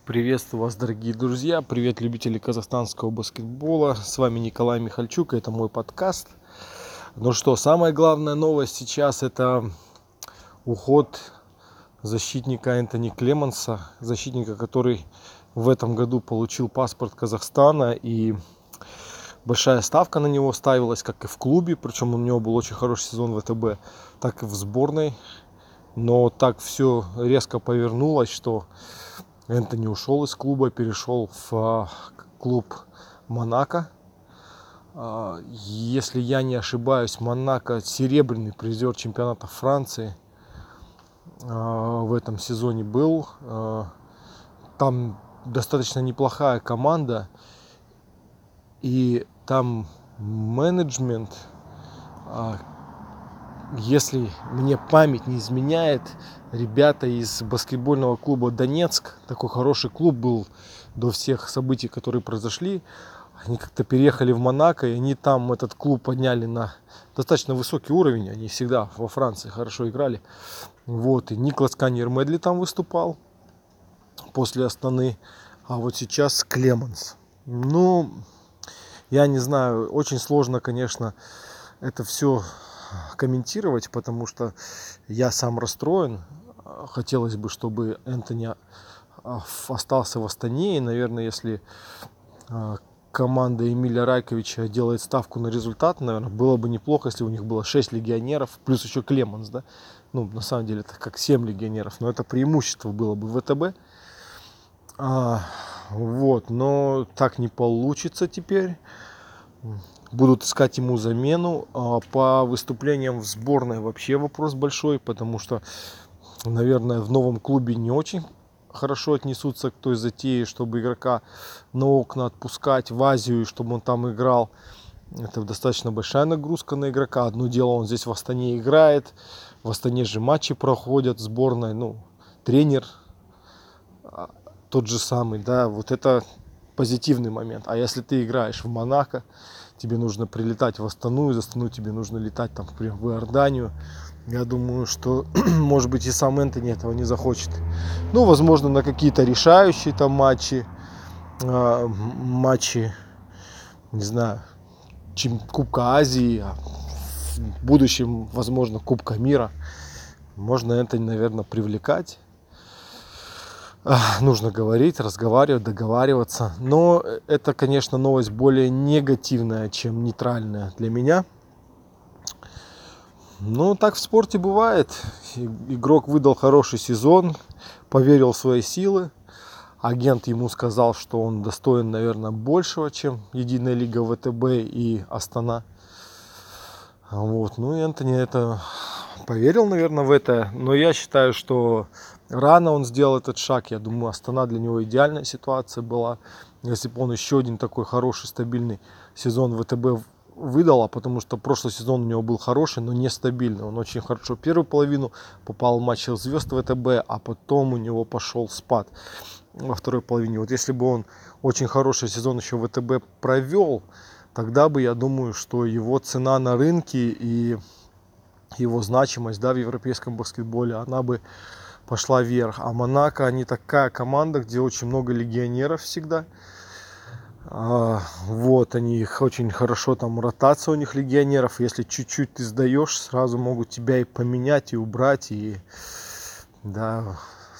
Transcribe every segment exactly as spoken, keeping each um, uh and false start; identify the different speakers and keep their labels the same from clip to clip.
Speaker 1: Приветствую вас, дорогие друзья! Привет, любители казахстанского баскетбола! С вами Николай Михальчук, это мой подкаст. Ну что, самая главная новость сейчас — это уход защитника Энтони Клеманса, защитника, который в этом году получил паспорт Казахстана, и большая ставка на него ставилась, как и в клубе, причем у него был очень хороший сезон в ВТБ, так и в сборной. Но так все резко повернулось, что Энтони ушел из клуба, перешел в клуб Монако. Если я не ошибаюсь, Монако серебряный призер чемпионата Франции в этом сезоне был. Там достаточно неплохая команда, и там менеджмент, если мне память не изменяет, ребята из баскетбольного клуба Донецк, такой хороший клуб был до всех событий, которые произошли, они как-то переехали в Монако, и они там этот клуб подняли на достаточно высокий уровень. Они всегда во Франции хорошо играли. Вот, и Никлас Каньер-Медли там выступал после Астаны, а вот сейчас Клеманс. Ну, я не знаю, очень сложно, конечно, это все комментировать, потому что я сам расстроен. Хотелось бы, чтобы Энтони остался в Астане, и, наверное, если команда Эмиля Райковича делает ставку на результат, наверное, было бы неплохо, если у них было шесть легионеров, плюс еще Клеманс, да. Ну, на самом деле, это как семь легионеров, но это преимущество было бы в ВТБ. А, вот, но так не получится теперь. Будут искать ему замену. А по выступлениям в сборной вообще вопрос большой, потому что, наверное, в новом клубе не очень хорошо отнесутся к той затее, чтобы игрока на окна отпускать в Азию, чтобы он там играл. Это достаточно большая нагрузка на игрока. Одно дело, он здесь в Астане играет, в Астане же матчи проходят сборной, ну, тренер тот же самый, да, вот это позитивный момент. А если ты играешь в Монако, тебе нужно прилетать в Астану, из Астану тебе нужно летать там, например, в Иорданию. Я думаю, что, может быть, и сам Энтони этого не захочет. Ну, возможно, на какие-то решающие там матчи, э, матчи, не знаю, чем Кубка Азии, а в будущем, возможно, Кубка мира. Можно Энтони, наверное, привлекать. Нужно говорить, разговаривать, договариваться. Но это, конечно, новость более негативная, чем нейтральная для меня. Ну, так в спорте бывает. Игрок выдал хороший сезон, поверил в свои силы. Агент ему сказал, что он достоин, наверное, большего, чем Единая лига ВТБ и Астана. Вот. Ну, и Энтони это поверил, наверное, в это. Но я считаю, что рано он сделал этот шаг. Я думаю, Астана для него идеальная ситуация была. Если бы он еще один такой хороший, стабильный сезон ВТБ выдал, потому что прошлый сезон у него был хороший, но нестабильный. Он очень хорошо первую половину попал в матчи звезд ВТБ, а потом у него пошел спад во второй половине. Вот если бы он очень хороший сезон еще в ВТБ провел, тогда бы, я думаю, что его цена на рынке и его значимость, да, в европейском баскетболе, она бы пошла вверх. А Монако, они такая команда, где очень много легионеров всегда. А, вот, они их очень хорошо, там ротация у них легионеров. Если чуть-чуть ты сдаешь, сразу могут тебя и поменять, и убрать, и да,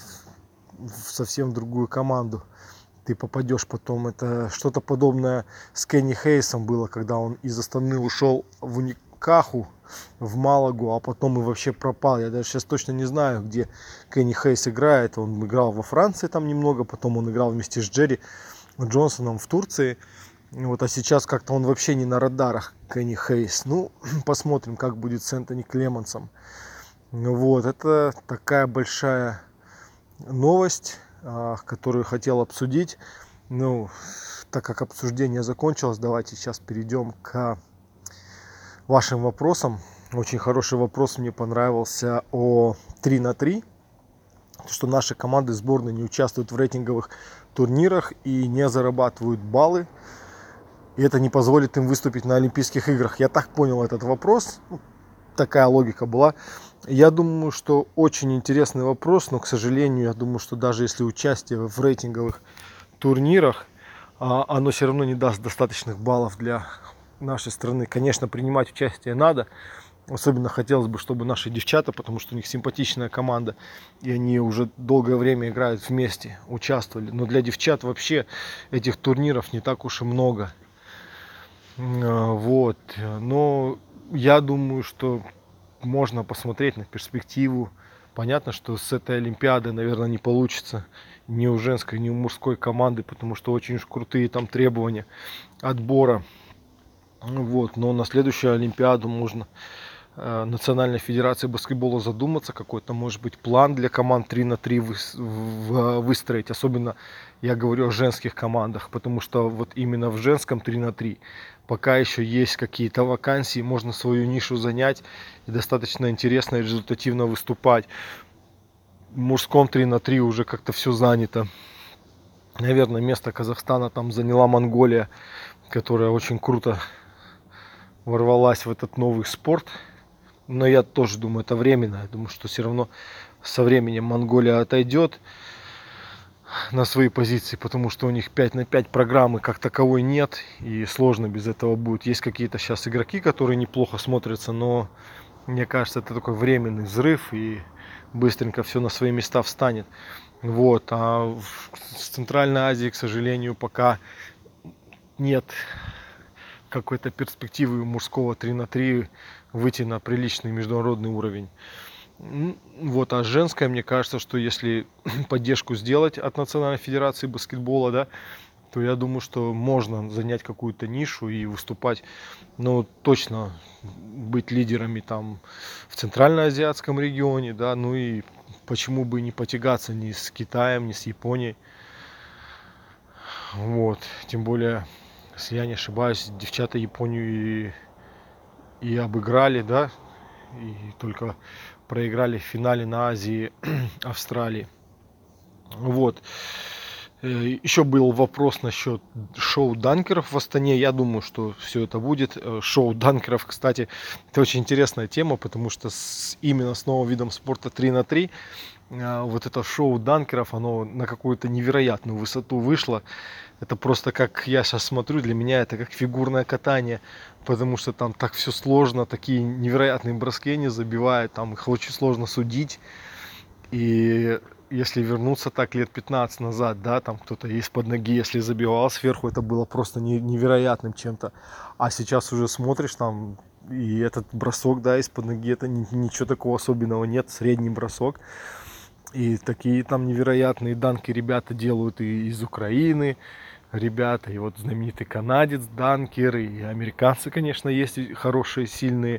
Speaker 1: в совсем другую команду ты попадешь потом. Это что-то подобное с Кенни Хейсом было, когда он из Астаны ушел в Уникаху, в Малагу, а потом и вообще пропал. Я даже сейчас точно не знаю, где Кенни Хейс играет. Он играл во Франции там немного, потом он играл вместе с Джерри Джонсоном в Турции. Вот, а сейчас как-то он вообще не на радарах, Кенни Хейс. Ну, посмотрим, как будет с Энтони Клемансом. Вот, это такая большая новость, которую хотел обсудить. Ну, так как обсуждение закончилось, давайте сейчас перейдем к вашим вопросам. Очень хороший вопрос мне понравился о три на три. Что наши команды сборной не участвуют в рейтинговых турнирах и не зарабатывают баллы. И это не позволит им выступить на Олимпийских играх. Я так понял этот вопрос. Такая логика была. Я думаю, что очень интересный вопрос, но, к сожалению, я думаю, что даже если участие в рейтинговых турнирах, а, оно все равно не даст достаточных баллов для нашей страны. Конечно, принимать участие надо. Особенно хотелось бы, чтобы наши девчата, потому что у них симпатичная команда, и они уже долгое время играют вместе, участвовали. Но для девчат вообще этих турниров не так уж и много. А, Вот. Но я думаю, что можно посмотреть на перспективу. Понятно, что с этой Олимпиады, наверное, не получится ни у женской, ни у мужской команды, потому что очень уж крутые там требования отбора. Вот. Но на следующую Олимпиаду можно э, Национальной Федерации баскетбола задуматься, какой-то, может быть, план для команд три на три выс- в- выстроить. Особенно я говорю о женских командах, потому что вот именно в женском три на три пока еще есть какие-то вакансии, можно свою нишу занять и достаточно интересно и результативно выступать. В мужском три на три уже как-то все занято. Наверное, место Казахстана там заняла Монголия, которая очень круто ворвалась в этот новый спорт. Но я тоже думаю, это временно. Я думаю, что все равно со временем Монголия отойдет на свои позиции, потому что у них пять на пять программы как таковой нет, и сложно без этого будет. Есть какие-то сейчас игроки, которые неплохо смотрятся, но мне кажется, это такой временный взрыв, и быстренько все на свои места встанет. Вот. А в Центральной Азии, к сожалению, пока нет какой-то перспективы мужского три на три выйти на приличный международный уровень. Вот, а женская, мне кажется, что если поддержку сделать от Национальной Федерации баскетбола, да, то я думаю, что можно занять какую-то нишу и выступать, ну, точно быть лидерами там в Центральноазиатском регионе, да, ну и почему бы не потягаться ни с Китаем, ни с Японией. Вот, тем более, если я не ошибаюсь, девчата Японию и, и обыграли, да, и только проиграли в финале на Азии Австралии. Вот. Еще был вопрос насчет шоу данкеров в Астане. Я думаю, что все это будет. Шоу данкеров, кстати, это очень интересная тема, потому что с, именно с новым видом спорта три на три вот это шоу данкеров, оно на какую-то невероятную высоту вышло. Это просто, как я сейчас смотрю, для меня это как фигурное катание, потому что там так все сложно, такие невероятные броски они забивают, там их очень сложно судить. И если вернуться так лет пятнадцать назад, да, там кто-то из-под ноги, если забивал сверху, это было просто невероятным чем-то. А сейчас уже смотришь там, и этот бросок, да, из-под ноги, это ничего такого особенного нет, средний бросок. И такие там невероятные данки ребята делают и из Украины, ребята, и вот знаменитый канадец данкер, и американцы, конечно, есть хорошие, сильные.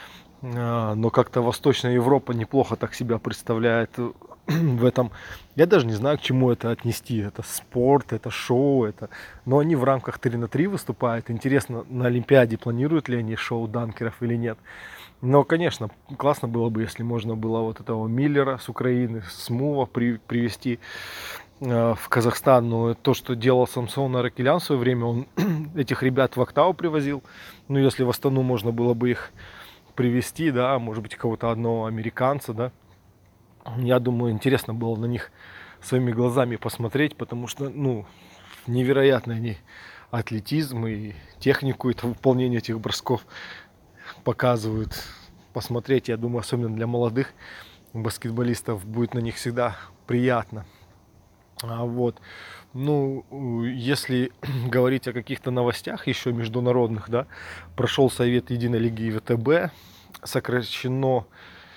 Speaker 1: Но как-то Восточная Европа неплохо так себя представляет в этом. Я даже не знаю, к чему это отнести. Это спорт, это шоу, это... но они в рамках три на три выступают. Интересно, на Олимпиаде планируют ли они шоу данкеров или нет. Но, конечно, классно было бы, если можно было вот этого Миллера с Украины, Смува при, привести э, в Казахстан. Но то, что делал Самсон Аракелян в свое время, он этих ребят в Октау привозил. Ну, если в Астану можно было бы их привести, да, может быть, кого-то одного американца, да. Я думаю, интересно было на них своими глазами посмотреть, потому что, ну, невероятно они атлетизм и технику, это выполнение этих бросков показывают. Посмотреть, я думаю, особенно для молодых баскетболистов будет на них всегда приятно. А вот. Ну, если говорить о каких-то новостях еще международных, да, прошел совет Единой Лиги ВТБ, сокращено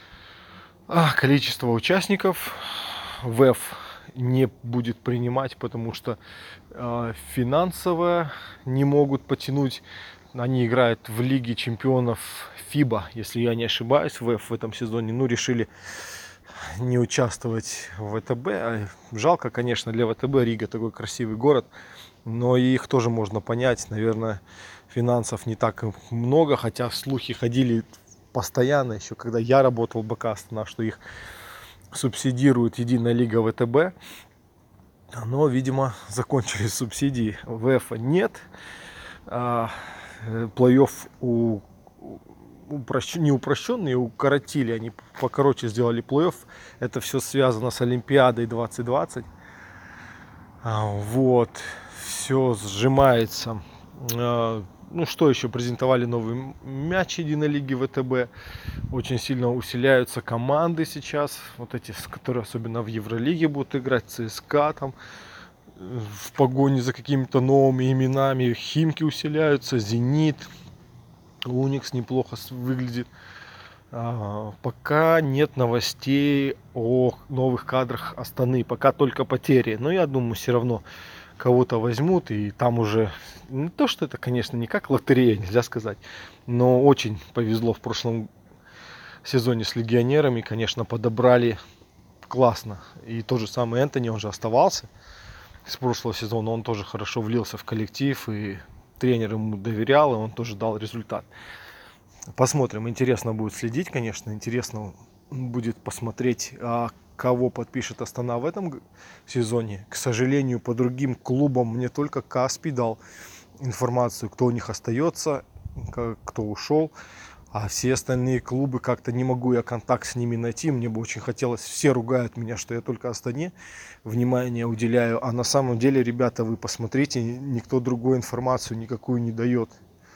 Speaker 1: а, количество участников, ВЭФ не будет принимать, потому что э, финансово не могут потянуть. Они играют в Лиге чемпионов ФИБА, если я не ошибаюсь, ВЭФ в этом сезоне, ну, решили не участвовать в ВТБ. Жалко, конечно, для ВТБ. Рига такой красивый город, но их тоже можно понять. Наверное, финансов не так много, хотя слухи ходили постоянно, еще когда я работал в БК Астана, что их субсидирует Единая Лига ВТБ. Но, видимо, закончились субсидии. ВЭФа нет. Плей-офф у упрощ... не упрощенные, укоротили, они покороче сделали плей-офф. Это все связано с Олимпиадой двадцать двадцать. Вот, все сжимается. Ну что еще, презентовали новый мяч единой лиги ВТБ. Очень сильно усиляются команды сейчас, вот эти, которые особенно в Евролиге будут играть, ЦСКА там, в погоне за какими-то новыми именами. Химки усиляются, Зенит, Уникс неплохо выглядит. А, пока нет новостей о новых кадрах Астаны, пока только потери. Но я думаю, все равно кого-то возьмут, и там уже не то, что это, конечно, не как лотерея, нельзя сказать, но очень повезло в прошлом сезоне с легионерами, конечно, подобрали классно. И тот же самый Энтони, он же оставался с прошлого сезона, он тоже хорошо влился в коллектив, и тренер ему доверял, и он тоже дал результат. Посмотрим, интересно будет следить, конечно, интересно будет посмотреть, кого подпишет Астана в этом сезоне. К сожалению, по другим клубам мне только Каспий дал информацию, кто у них остается, кто ушел. А все остальные клубы, как-то не могу я контакт с ними найти. Мне бы очень хотелось, все ругают меня, что я только Астане внимание уделяю. А на самом деле, ребята, вы посмотрите, никто другую информацию никакую не дает.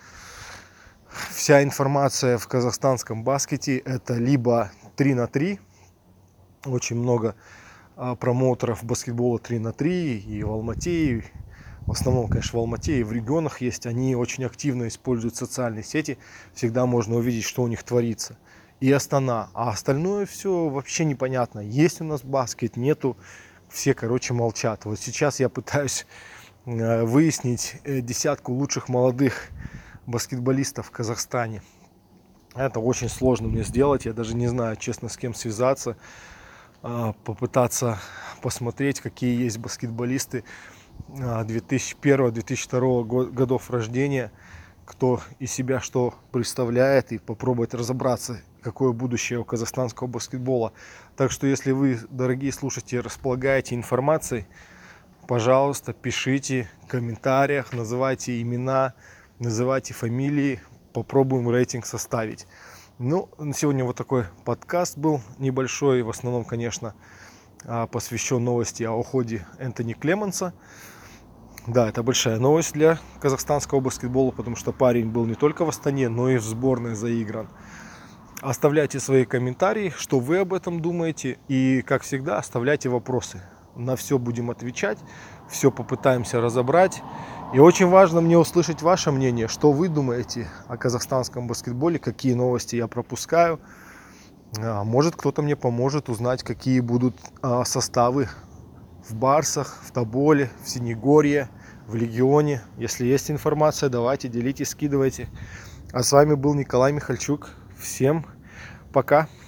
Speaker 1: Вся информация в казахстанском баскете это либо три на три, очень много а, промоутеров баскетбола три на три и в Алмате, и в основном, конечно, в Алмате и в регионах есть, они очень активно используют социальные сети, всегда можно увидеть, что у них творится. И Астана, а остальное все вообще непонятно, есть у нас баскет, нету, все, короче, молчат. Вот сейчас я пытаюсь э, выяснить э, десятку лучших молодых баскетболистов в Казахстане. Это очень сложно мне сделать, я даже не знаю, честно, с кем связаться, попытаться посмотреть, какие есть баскетболисты две тысячи первого — две тысячи второго годов рождения, кто из себя что представляет, и попробовать разобраться, какое будущее у казахстанского баскетбола. Так что, если вы, дорогие слушатели, располагаете информацией, пожалуйста, пишите в комментариях, называйте имена, называйте фамилии, попробуем рейтинг составить. Ну, на сегодня вот такой подкаст был небольшой, в основном, конечно, посвящен новости о уходе Энтони Клеменса. Да, это большая новость для казахстанского баскетбола, потому что парень был не только в Астане, но и в сборной заигран. Оставляйте свои комментарии, что вы об этом думаете, и, как всегда, оставляйте вопросы. На все будем отвечать, все попытаемся разобрать. И очень важно мне услышать ваше мнение, что вы думаете о казахстанском баскетболе, какие новости я пропускаю. Может, кто-то мне поможет узнать, какие будут составы в Барсах, в Тоболе, в Синегорье, в Легионе. Если есть информация, давайте, делитесь, скидывайте. А с вами был Николай Михальчук. Всем пока!